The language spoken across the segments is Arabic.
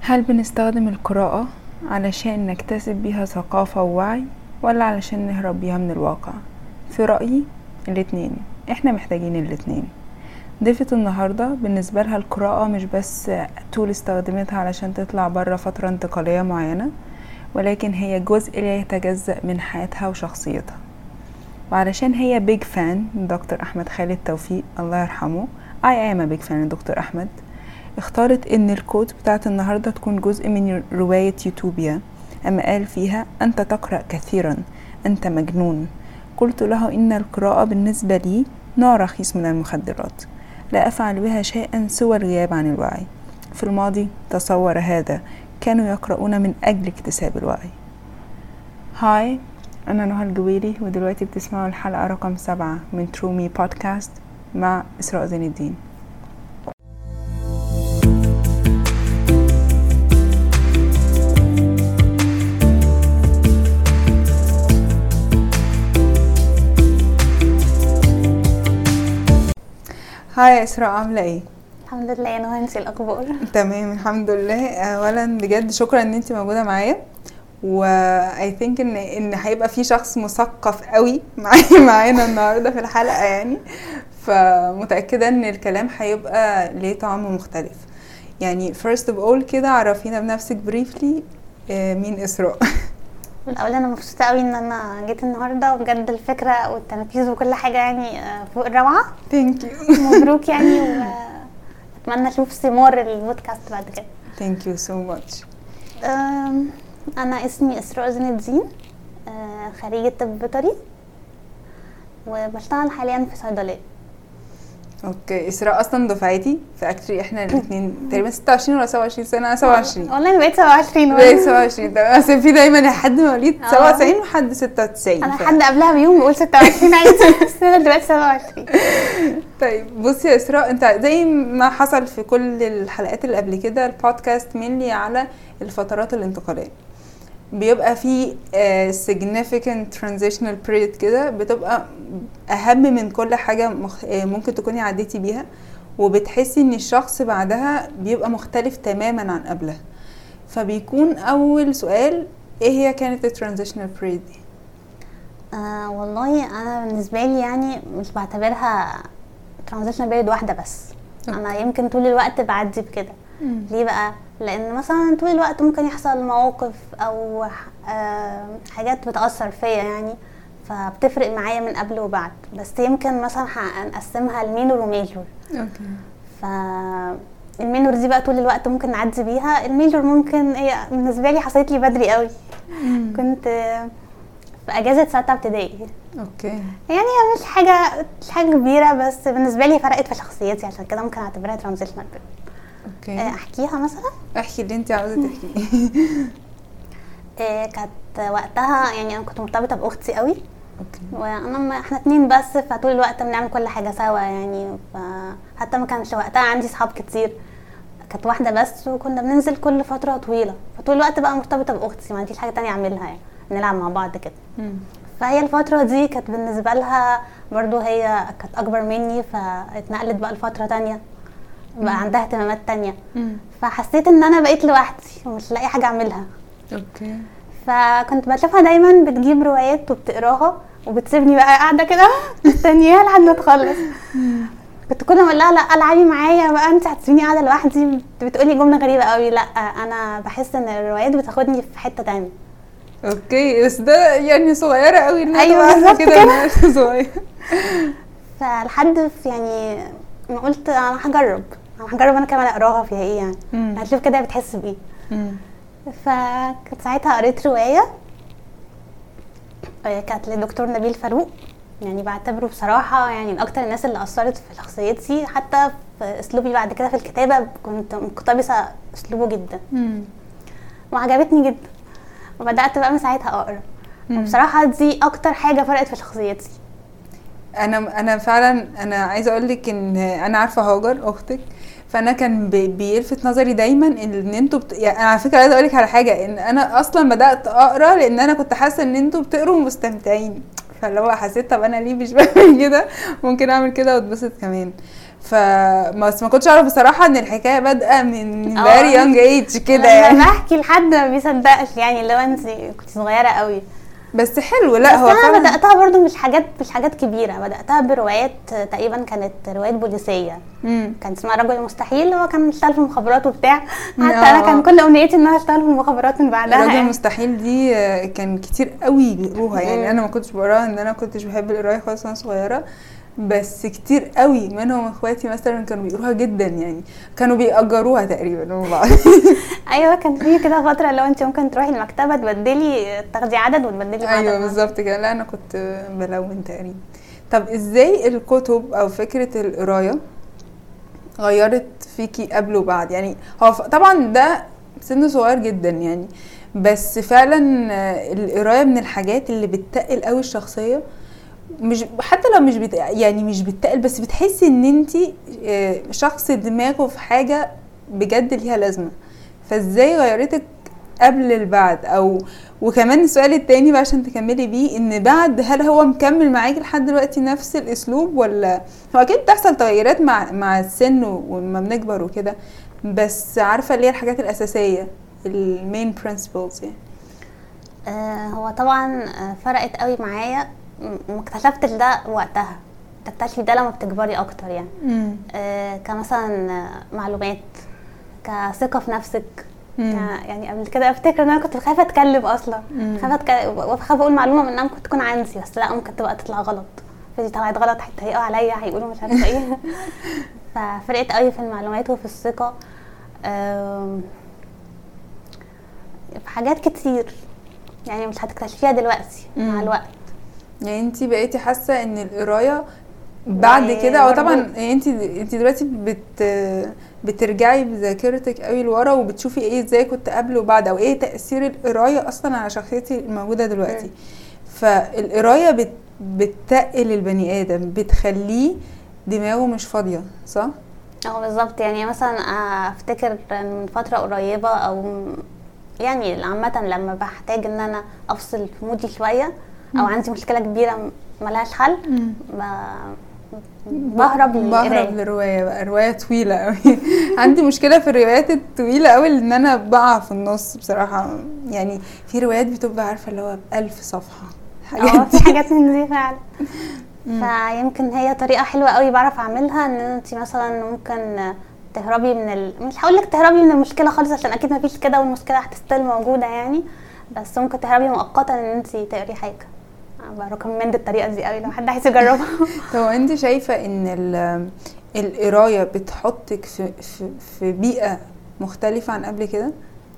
هل بنستخدم القراءة علشان نكتسب بيها ثقافة ووعي ولا علشان نهرب بيها من الواقع؟ في رأيي الاتنين، احنا محتاجين الاتنين. ضيفة النهاردة بالنسبة لها القراءة مش بس طول استخدمتها علشان تطلع برا فترة انتقالية معينة، ولكن هي جزء لا يتجزأ من حياتها وشخصيتها. وعلشان هي بيج فان دكتور أحمد خالد توفيق الله يرحمه، I am a big fan دكتور أحمد، اختارت ان الكوت بتاعت النهاردة تكون جزء من رواية يوتوبيا. اما قال فيها: انت تقرأ كثيرا، انت مجنون. قلت له ان القراءة بالنسبة لي نوع رخيص من المخدرات، لا افعل بها شيئا سوى الغياب عن الوعي. في الماضي تصور هذا، كانوا يقرؤون من اجل اكتساب الوعي. هاي، انا نهى الجويلي، ودلوقتي بتسمعوا الحلقة رقم 7 من ترومي بودكاست مع إسراء زين الدين. هاي إسراء، عاملة ايه؟ الحمد لله يا نهى، انتي الاخبار؟ تمام الحمد لله. اولا بجد شكرا ان انتي موجودة معايا، و I think ان هيبقى في شخص مثقف قوي معانا النهارده في الحلقة يعني، فمتأكدة ان الكلام هيبقى ليه طعم مختلف. يعني first of all كده عرفينا بنفسك briefly، مين إسراء؟ الاول انا مبسوطه قوي ان انا جيت النهارده، وبجد الفكره والتنفيذ وكل حاجه يعني فوق الروعه. thank you. مبروك يعني، واتمنى اشوف ثمار البودكاست بعد كده. thank you so much. انا اسمي إسراء زين الدين، خريجه طب بيطري، وبشتغل حاليا في صيدليه. اوكي، إسراء اصلا دفعتي، فاكتري احنا الاثنين تقريبا 26 ولا 27 سنه. انا 27 والله انا بقيت 27. بقيت 27. بس في دايما حد مواليد 97 وحد 96. انا حد قبلها بيوم بقول 26 عادي، بس انا دلوقتي 27. طيب بصي يا إسراء، انت زي ما حصل في كل الحلقات اللي قبل كده، البودكاست مينلي على الفترات الانتقاليه. بيبقى في significant transitional period كده، بتبقى اهم من كل حاجة ممكن تكوني عديتي بيها، وبتحسي ان الشخص بعدها بيبقى مختلف تماما عن قبلها. فبيكون اول سؤال: ايه هي كانت الترانزيشنال period دي؟ والله انا بالنسبه لي يعني مش بعتبرها ترانزيشنال بيريد واحده بس. انا يمكن طول الوقت بعدي بكده. ليه بقى؟ لان مثلا طول الوقت ممكن يحصل مواقف او حاجات بتاثر فيا يعني، فبتفرق معايا من قبل وبعد. بس يمكن مثلا هنقسمها لمينور وميجور. اوكي. المينور دي بقى طول الوقت ممكن نعدي بيها. الميجور ممكن هي بالنسبه لي حصلت لي بدري قوي. كنت في اجازه 6 ابتدائي. اوكي. يعني هي مش حاجه كبيره، بس بالنسبه لي فرقت في شخصيتي، عشان كده ممكن اعتبرها ترانزيشنال. اوكي. احكيها مثلا. احكي اللي انت عاوزه تحكيه. كانت وقتها يعني انا كنت مرتبطه باختي قوي. اوكي. احنا 2 بس، فطول الوقت بنعمل كل حاجه سوا يعني. حتى ما كانش وقتها عندي صحاب كتير، كانت واحده بس، وكنا بننزل كل فتره طويله. فطول الوقت بقى مرتبطه باختي، ما عنديش حاجه تانية اعملها يعني، نلعب مع بعض كده. فهي الفتره دي كانت بالنسبه لها برضو، هي كانت اكبر مني، فاتنقلت بقى لفتره تانية، بقى عندها اهتمامات تانية. فحسيت ان انا بقيت لوحدي ومش لاقي حاجه اعملها. اوكي. فكنت بشوفها دايما بتجيب روايات وبتقراها، وبتسيبني بقى قاعده كده مستنياها لحد ما تخلص. كنت كل ما اقول لها لا العبي معايا بقى، انت هتسيبيني قاعده لوحدي، بتقولي جمله غريبه قوي: لا انا بحس ان الروايات بتاخدني في حته تانية. اوكي، بس ده يعني صغيره قوي ان ايوه كده صغيره. فلحد يعني ما قلت انا هجرب انا كمان اقراها، فيها ايه يعني، هشوف كده بتحس بايه. فكنت ساعتها قريت روايه كانت للدكتور نبيل فاروق. يعني بعتبره بصراحه يعني من اكتر الناس اللي اثرت في شخصيتي، حتى في اسلوبي بعد كده في الكتابه كنت مقتبسه اسلوبه جدا. وعجبتني جدا، وبدات بقى من ساعتها اقرا. وبصراحه دي اكتر حاجه فرقت في شخصيتي. انا فعلا انا عايزه اقول لك ان انا عارفه هاجر اختك، فانا كان بيلفت نظري دايما ان انتوا يعني انا على فكره عايزه اقول لك على حاجه، ان انا اصلا بدات اقرا لان انا كنت حاسه ان انتوا بتقروا مستمتعين، فاللي هو حسيت طب انا ليه مش بعمل كده، ممكن اعمل كده واتبسط كمان. بس ما كنتش اعرف بصراحه ان الحكايه بادئه من very young age كده يعني. لما بحكي لحد ما بيصدقش يعني لو انت كنت صغيره قوي. بس حلو. لا هو انا بداتها برضو مش حاجات كبيره. بداتها بروايات تقريبا كانت روايات بوليسيه. كان اسمها رجل المستحيل. هو كان بيشتغل في المخابرات وبتاع. حتى انا كان كل امنيتي ان انا اشتغل في المخابرات من بعدها. رجل المستحيل دي كان كتير قوي بيقروها يعني. انا ما كنتش بقراها ان انا كنتش بحب القرايه خالص وانا صغيره، بس كتير قوي منهم اخواتي مثلا كانوا بيقروها جدا يعني. كانوا بيأجروها تقريبا من بعض. ايوه كان في كده فتره لو انت ممكن تروحي المكتبه تبدلي تاخدي عدد وتبدلي عدد. ايوه بالظبط كده. لا انا كنت بلون تقريبا. طب ازاي الكتب او فكره القرايه غيرت فيكي قبل وبعد؟ يعني هو طبعا ده سن صغير جدا يعني، بس فعلا القرايه من الحاجات اللي بتتقل قوي الشخصيه. مش حتى لو مش يعني مش بتقل، بس بتحسي ان انتي شخص دماغه في حاجه بجد ليها لازمه. فازاي غيرتك قبل البعد؟ او وكمان السؤال التاني بقى عشان تكملي بيه، ان بعد هل هو مكمل معاكي لحد دلوقتي نفس الاسلوب؟ ولا هو اكيد بتحصل تغيرات مع السن وما بنكبر وكده، بس عارفه اللي هي الحاجات الاساسيه المين برينسيبلز يعني. هو طبعا فرقت قوي معايا. ما اكتشفتش ده وقتها، تكتشفي ده لما بتكبري اكتر يعني. كمثلا معلومات، كثقه في نفسك. يعني قبل كده افتكر ان انا كنت خايفه اتكلم اصلا. خايفه اقول معلومه منها ممكن تكون عندي، بس لا ممكن تبقى تطلع غلط. فدي طلعت غلط هيتريقوا عليا، هيقولوا مش عارفه ايه. ففرقت قوي في المعلومات وفي الثقه. في حاجات كتير يعني مش هتكتشفيها دلوقتي مع الوقت. يعني انتي بقيتي حاسه ان القرايه بعد كده، او طبعا يعني انتي دلوقتي بترجعي بذاكرتك قوي لورا وبتشوفي ايه ازاي كنت قبل وبعد، او ايه تاثير القرايه اصلا على شخصيتي الموجوده دلوقتي. فالقرايه بتتقل البني ادم، بتخليه دماغه مش فاضيه، صح؟ بالظبط. يعني مثلا افتكر من فتره قريبه، او يعني عامه لما بحتاج ان انا افصل في مودي شويه، او عندي مشكله كبيره ملهاش حل، بهرب للروايه. بقى روايه طويله قوي. عندي مشكله في الروايات الطويله قوي ان انا بقع في النص بصراحه. يعني في روايات بتبقى عارفه اللي هو ب1000 صفحه، في حاجات من دي فعلا. فيمكن هي طريقه حلوه قوي بعرف اعملها، ان انت مثلا ممكن تهربي مش هقول لك تهربي من المشكله خالص عشان اكيد ما فيش كده والمشكله هتستل موجوده يعني، بس ممكن تهربي مؤقتا ان انت تقري حاجه. بريكومند الطريقه دي قوي لو حد عايز يجربها. طب انت شايفه ان القرايه بتحطك في بيئه مختلفه عن قبل كده؟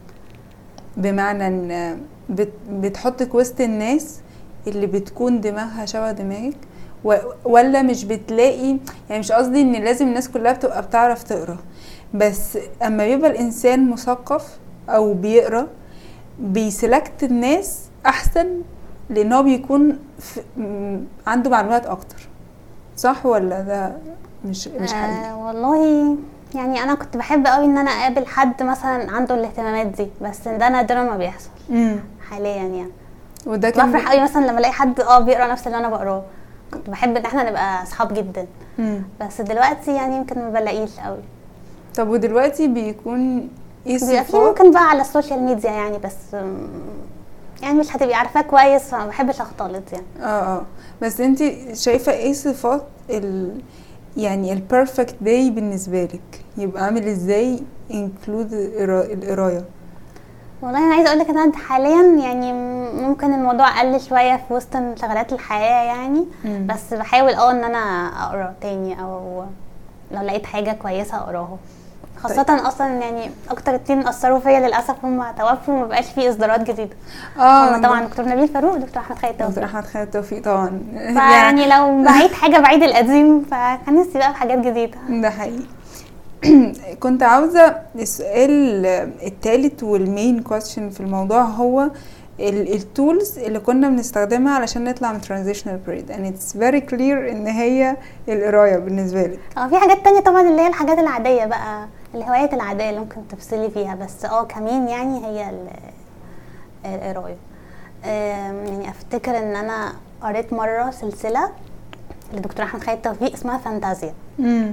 بمعنى ان بتحطك وسط الناس اللي بتكون دماغها شبه دماغك، ولا مش بتلاقي؟ يعني مش قصدي ان لازم الناس كلها بتبقى بتعرف تقرا، بس اما بيبقى الانسان مثقف او بيقرا بيسلكت الناس احسن، لانه بيكون عنده معلومات اكتر، صح ولا ده مش حقيقي؟ والله يعني انا كنت بحب قوي ان انا اقابل حد مثلا عنده الاهتمامات دي، بس ده نادرا ما بيحصل حاليا يعني. وده كان بفرح قوي مثلا لما الاقي حد بيقرا نفس اللي انا بقراه. كنت بحب ان احنا نبقى اصحاب جدا. بس دلوقتي يعني يمكن ما بلاقيش قوي. طب ودلوقتي بيكون ايه الصفات؟ ممكن بقى على السوشيال ميديا يعني، بس يعني مش هتبقي عارفاه كويس، فما بحبش اختلط يعني. بس انت شايفه ايه صفات يعني البيرفكت داي بالنسبه لك يبقى عامل ازاي انكلود القرايه؟ والله انا عايزه اقول لك ان انا حاليا يعني ممكن الموضوع قل شويه في وسط انشغالات الحياه يعني. بس بحاول ان انا اقرا تاني، او لو لقيت حاجه كويسه اقراها. خاصة طيب. اصلا يعني اكتر 2 اثروا فيا للاسف هم توفوا وما بقاش فيه اصدارات جديده. هم طبعا دكتور نبيل فاروق ودكتور احمد خالد توفيق. دكتور احمد خالد توفيق طبعا. يعني لو بعيد حاجه بعيد القديم، فكان نفسي بقى في حاجات جديده. ده حقيقي. كنت عاوزه السؤال الثالث والمين كويستشن في الموضوع هو التولز اللي كنا بنستخدمها علشان نطلع من ترانزيشنال بريد، and it's very clear ان هي القرايه بالنسبه لك. في حاجات تانية طبعا اللي هي الحاجات العاديه بقى، الهوايات العاديه اللي ممكن تفصلي فيها، بس كمين يعني هي القرايه. يعني افتكر ان انا قريت مره سلسله لدكتور احمد خالد توفيق اسمها فانتازيا.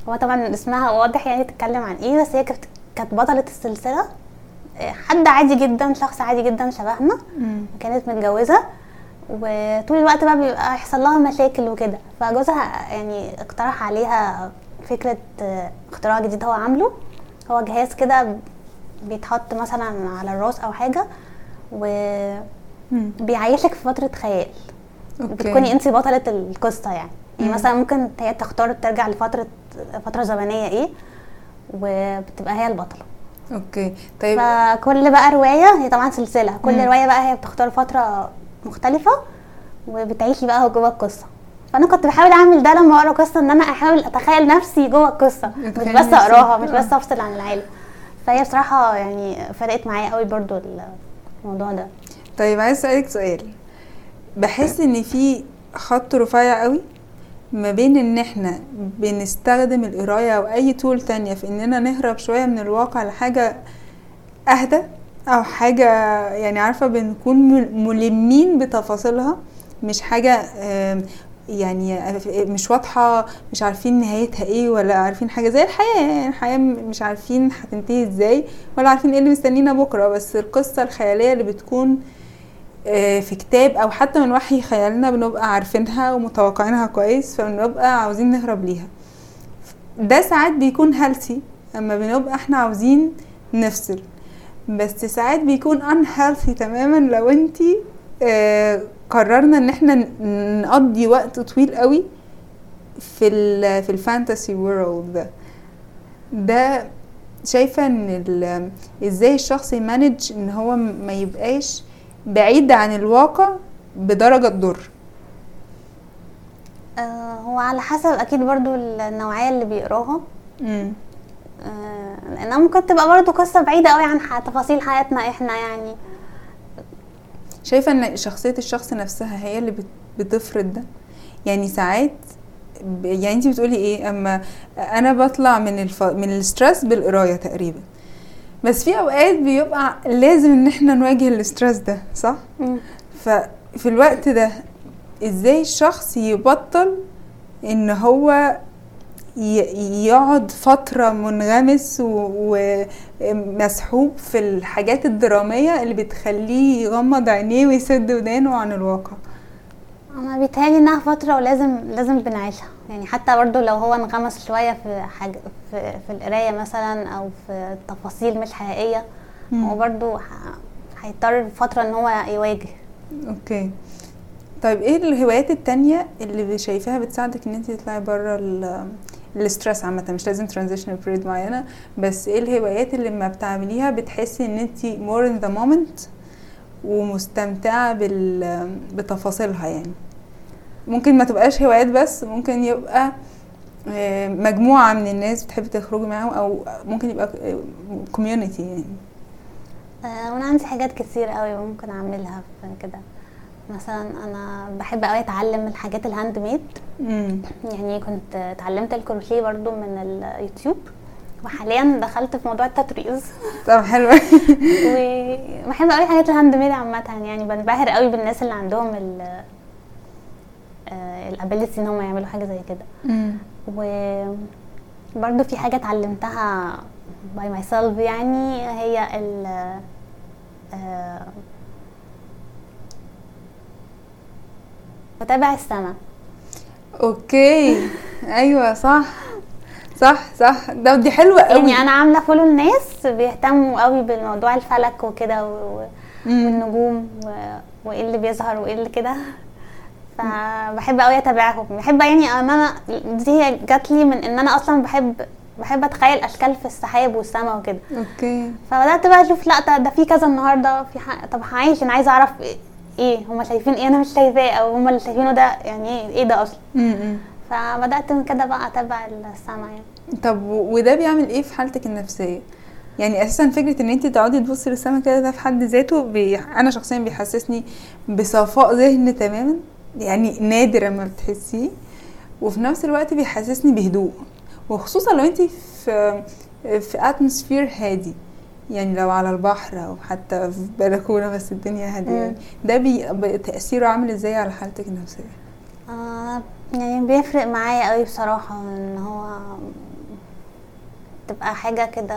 هو طبعا اسمها واضح يعني تتكلم عن ايه، بس هي كانت بطلة السلسلة حد عادي جدا، شخص عادي جدا شبهنا. كانت متجوزة وطول الوقت بقى بيبقى يحصل لها مشاكل وكده، فجوزها يعني اقترح عليها فكرة اختراع جديد هو عامله. هو جهاز كده بيتحط مثلا على الراس او حاجة وبيعيشك في فترة خيال. بتكوني انت بطلة القصة يعني. مثلا ممكن هي تختار ترجع فترة زمنية ايه، وبتبقى هي البطلة. اوكي طيب. فكل بقى رواية، هي طبعا سلسلة، كل رواية بقى هي بتختار فترة مختلفة وبتعيشي بقى جوه القصة. فانا كنت بحاول اعمل ده لما اقرا قصة، ان انا احاول اتخيل نفسي جوه القصة، مش بس اقراها، مش بس افصل عن العالم. فهي بصراحة يعني فرقت معايا قوي برضو الموضوع ده. طيب عايز اسالك سؤال. بحس ان في خط رفيع قوي ما بين ان احنا بنستخدم القرايه او اي تول تانية في اننا نهرب شويه من الواقع لحاجه اهدى، او حاجه يعني عارفه بنكون ملمين بتفاصيلها، مش حاجه يعني مش واضحه، مش عارفين نهايتها ايه، ولا عارفين حاجه زي الحياه. يعني الحياه مش عارفين هتنتهي ازاي، ولا عارفين ايه اللي مستنينا بكره، بس القصه الخياليه اللي بتكون في كتاب او حتى من وحي خيالنا بنبقى عارفينها ومتوقعينها كويس، فبنبقى عاوزين نهرب ليها. ده ساعات بيكون هيلثي اما بنبقى احنا عاوزين نفصل، بس ساعات بيكون unhealthy تماما لو انتي قررنا ان احنا نقضي وقت طويل قوي في الفانتسي وورلد ده. شايفه ان ازاي الشخص يمانج ان هو ما يبقاش بعيد عن الواقع بدرجة تضر؟ هو على حسب اكيد برضو النوعية اللي بيقراها. لانها ممكن تبقى برضو قصة بعيدة قوي عن تفاصيل حياتنا احنا يعني. شايفة ان شخصية الشخص نفسها هي اللي بتفرض ده؟ يعني ساعات يعني انتي بتقولي ايه، اما انا بطلع من السترس بالقراية تقريبا، بس في اوقات بيبقى لازم ان احنا نواجه الاسترس ده، صح؟ ففي الوقت ده ازاي الشخص يبطل ان هو يقعد فترة منغمس ومسحوب في الحاجات الدرامية اللي بتخليه يغمض عينيه ويسد ودانه عن الواقع؟ انا بيتهيألي انها فترة ولازم بنعيشها يعني. حتى برضو لو هو انغمس شوية في حاجة في القراية مثلا او في تفاصيل مش حقيقية، هو برضو هيضطر فترة ان هو يواجه. اوكي طيب ايه الهوايات التانية اللي شايفاها بتساعدك ان انت تطلعي بره الاسترس عامة؟ مش لازم ترانزيشنال بيريد معينة، بس ايه الهوايات اللي لما بتعمليها بتحسي ان انت more in the moment ومستمتعة بتفاصيلها؟ يعني ممكن ما تبقاش هوايات بس، ممكن يبقى مجموعة من الناس بتحب تخرجي معاهم، او ممكن يبقى community يعني. وانا عندي حاجات كتير قوي ممكن اعملها في كده. مثلا انا بحب قوي اتعلم الحاجات الهاند ميد. يعني كنت اتعلمت الكروشيه برضو من اليوتيوب، وحاليا دخلت في موضوع التطريز. طب حلو. وبحب قوي حاجات الهاند ميد عامه يعني. بنبهر قوي بالناس اللي عندهم الابيليتي ان هم يعملوا حاجه زي كده. وبرضو في حاجه اتعلمتها باي ماي سيلف يعني، هي بتابع السما. اوكي ايوه صح دي حلوه قوي يعني. انا عامله فولو الناس بيهتموا قوي بالموضوع الفلك وكده والنجوم وايه اللي بيظهر وايه اللي كده، فبحب قوي اتابعهم. بحب يعني انا دي جات لي من ان انا اصلا بحب اتخيل اشكال في السحاب والسماء وكده. اوكي فبدات بقى اشوف لا ده في كذا النهارده، في طب هعيش، انا عايزه اعرف ايه هما شايفين ايه انا مش شايفاه، او هما اللي شايفينه ده يعني ايه ده اصلا. فبدات من كده بقى اتابع السما يعني. طب وده بيعمل ايه في حالتك النفسيه؟ يعني اساسا فكره ان انت تقعدي تبصي للسما كده ده في حد ذاته انا شخصيا بيحسسني بصفاء ذهن تماما، يعني نادر ما بتحسيه، وفي نفس الوقت بيحسسني بهدوء، وخصوصا لو انت في اتموسفير هادي، يعني لو على البحر او حتى في بلكونه بس الدنيا هاديه. ده تاثيره عامل ازاي على حالتك النفسيه؟ يعني بيفرق معايا قوي بصراحه، ان هو تبقى حاجة كده،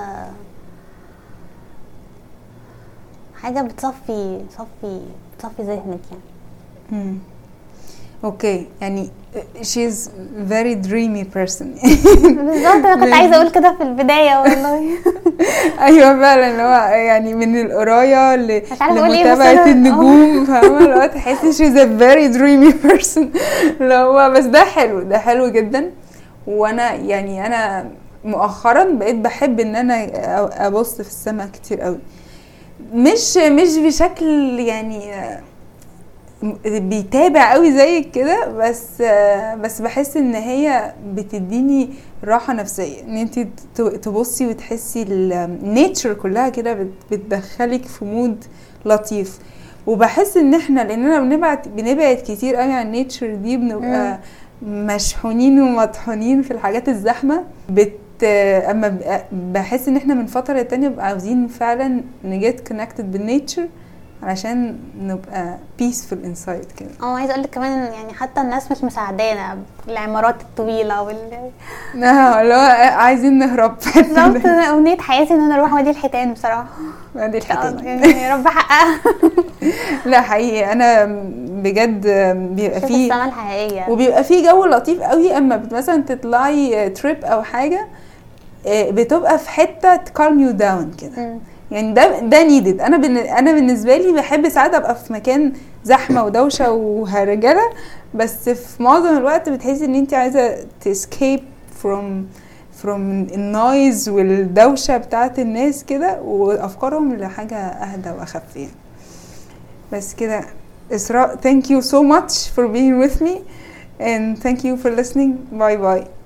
حاجة بتصفي ذهنك يعني. اوكي، يعني she's very dreamy person. بالظبط، انا كنت عايزه اقول كده في البدايه والله. ايوه فعلا، هو يعني من القرايه لمتابعه النجوم، فاهمه؟ لو تحسي she's a very dreamy person. لو بس ده حلو جدا. وانا يعني انا مؤخرا بقيت بحب ان انا ابص في السماء كتير قوي، مش بشكل يعني بيتابع قوي زي كده، بس بحس ان هي بتديني راحة نفسية، ان انت تبصي وتحسي النيتشر كلها كده بتدخلك في مود لطيف. وبحس ان احنا لاننا بنبعد كتير قوي عن النيتشر دي، بنبقى مشحونين ومطحونين في الحاجات الزحمة. اما بحس ان احنا من فترة تانية بقى عاوزين فعلا نجيت connected بالنيتشر علشان نبقى peaceful inside كده. عايزه اقول لك كمان يعني حتى الناس مش مساعدانا، العمارات الطويله لا عايزين نهرب. بالظبط، امنيه حياتي ان انا اروح وادي الحيتان بصراحه. وادي الحيتان يعني يا رب احققها. لا حقيقي انا بجد بيبقى فيه السما الحقيقيه، وبيبقى فيه جو لطيف قوي اما مثلا تطلعي تريب او حاجه، بتبقى في حته calm you down كده. يعني ده نيدد. انا بالنسبه لي بحب ساعات ابقى في مكان زحمه ودوشه وهرجله، بس في معظم الوقت بتحسي ان انت عايزه تسكيب from النويز والدوشه بتاعت الناس كده وافكارهم لحاجه اهدى واخف يعني. بس كده إسراء, thank you so much for being with me and thank you for listening. Bye bye.